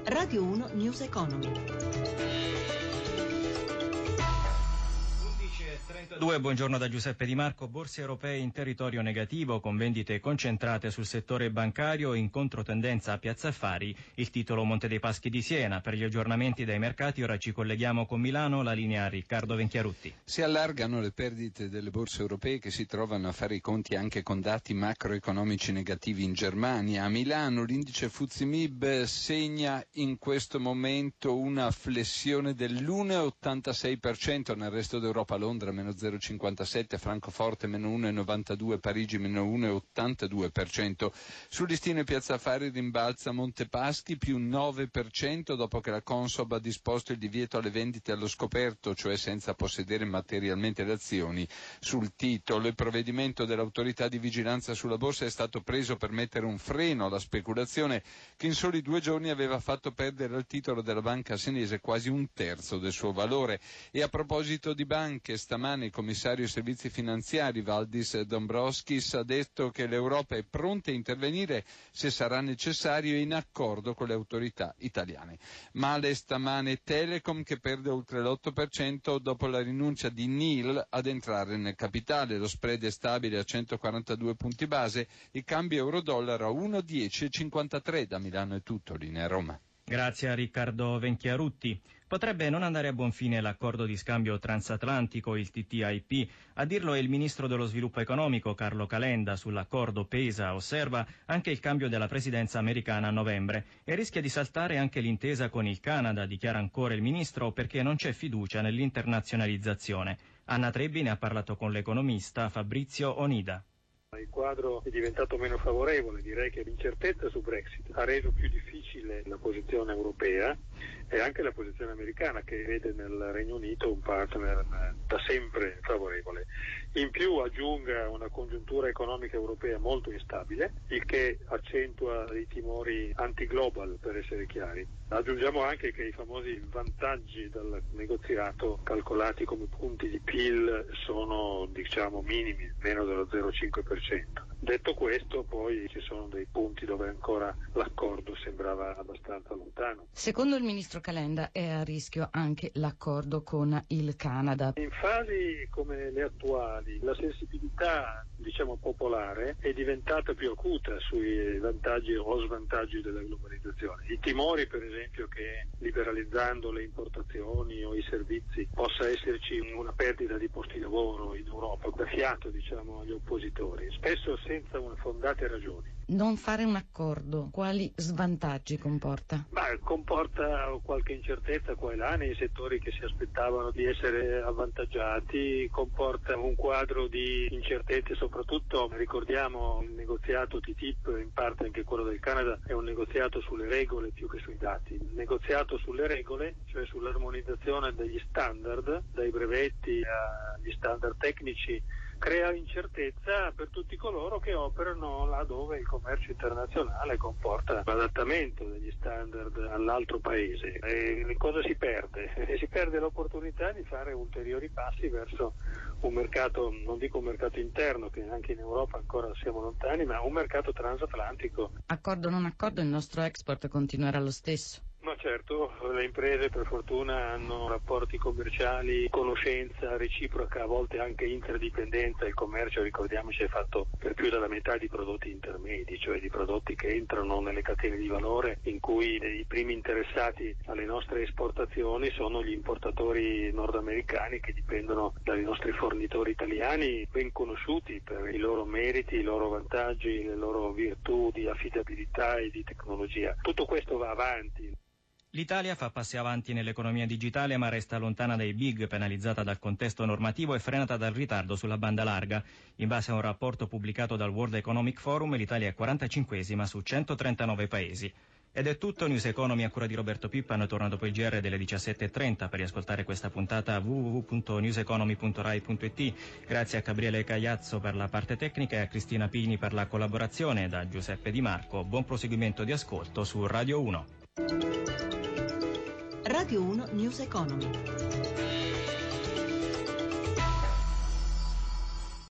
Radio 1 News Economy. 11:32, buongiorno da Giuseppe Di Marco. Borse europee in territorio negativo, con vendite concentrate sul settore bancario, in controtendenza a Piazza Affari il titolo Monte dei Paschi di Siena. Per gli aggiornamenti dai mercati ora ci colleghiamo con Milano, la linea Riccardo Venchiarutti. Si allargano le perdite delle borse europee che si trovano a fare i conti anche con dati macroeconomici negativi in Germania. A Milano l'indice FTSE MIB segna in questo momento una flessione dell'1,86%, nel resto d'Europa Londra meno 0,57%, Francoforte meno 1,92%, Parigi meno 1,82%. Sul listino Piazza Affari rimbalza Montepaschi più 9% dopo che la Consob ha disposto il divieto alle vendite allo scoperto, cioè senza possedere materialmente le azioni sul titolo. Il provvedimento dell'autorità di vigilanza sulla borsa è stato preso per mettere un freno alla speculazione che in soli 2 giorni aveva fatto perdere al titolo della banca senese quasi un terzo del suo valore. E a proposito di banche, stamane il commissario ai servizi finanziari Valdis Dombrovskis ha detto che l'Europa è pronta a intervenire se sarà necessario in accordo con le autorità italiane. Male stamane Telecom, che perde oltre l'8% dopo la rinuncia di Neil ad entrare nel capitale. Lo spread è stabile a 142 punti base, il cambio euro-dollaro a 1,1053. Da Milano è tutto, linea Roma. Grazie a Riccardo Venchiarutti. Potrebbe non andare a buon fine l'accordo di scambio transatlantico, il TTIP. A dirlo è il ministro dello sviluppo economico Carlo Calenda. Sull'accordo pesa, osserva, anche il cambio della presidenza americana a novembre e rischia di saltare anche l'intesa con il Canada, dichiara ancora il ministro, perché non c'è fiducia nell'internazionalizzazione. Anna Trebbi ne ha parlato con l'economista Fabrizio Onida. Il quadro è diventato meno favorevole, direi che l'incertezza su Brexit ha reso più difficile la posizione europea e anche la posizione americana, che vede nel Regno Unito un partner da sempre favorevole. In più aggiunga una congiuntura economica europea molto instabile, il che accentua i timori anti-global, per essere chiari. Aggiungiamo anche che i famosi vantaggi dal negoziato, calcolati come punti di PIL, sono minimi, meno dello 0,5%. Detto questo, poi ci sono dei punti dove ancora l'accordo sembrava abbastanza lontano. Secondo il ministro Calenda è a rischio anche l'accordo con il Canada. In fasi come le attuali la sensibilità popolare è diventata più acuta sui vantaggi o svantaggi della globalizzazione. I timori, per esempio, che liberalizzando le importazioni o i servizi possa esserci una perdita di posti di lavoro in Europa, da fiato agli oppositori, spesso senza fondate ragioni. Non fare un accordo, quali svantaggi comporta? Comporta qualche incertezza qua e là nei settori che si aspettavano di essere avvantaggiati, comporta un quadro di incertezze, soprattutto ricordiamo il negoziato TTIP, in parte anche quello del Canada, è un negoziato sulle regole più che sui dati. Il negoziato sulle regole, cioè sull'armonizzazione degli standard, dai brevetti agli standard tecnici, crea incertezza per tutti coloro che operano là dove il commercio internazionale comporta l'adattamento degli standard all'altro paese. E cosa si perde? Si perde l'opportunità di fare ulteriori passi verso un mercato, non dico un mercato interno, che anche in Europa ancora siamo lontani, ma un mercato transatlantico. Accordo o non accordo, il nostro export continuerà lo stesso? Ma certo, le imprese per fortuna hanno rapporti commerciali, conoscenza reciproca, a volte anche interdipendenza. Il commercio, ricordiamoci, è fatto per più della metà di prodotti intermedi, cioè di prodotti che entrano nelle catene di valore, in cui i primi interessati alle nostre esportazioni sono gli importatori nordamericani, che dipendono dai nostri fornitori italiani, ben conosciuti per i loro meriti, i loro vantaggi, le loro virtù di affidabilità e di tecnologia. Tutto questo va avanti. L'Italia fa passi avanti nell'economia digitale, ma resta lontana dai big, penalizzata dal contesto normativo e frenata dal ritardo sulla banda larga. In base a un rapporto pubblicato dal World Economic Forum, l'Italia è 45esima su 139 paesi. Ed è tutto. News Economy a cura di Roberto Pippan torna dopo il GR delle 17:30. Per riascoltare questa puntata www.newseconomy.rai.it. Grazie a Gabriele Cagliazzo per la parte tecnica e a Cristina Pini per la collaborazione. Da Giuseppe Di Marco, buon proseguimento di ascolto su Radio 1. Radio 1 News Economy.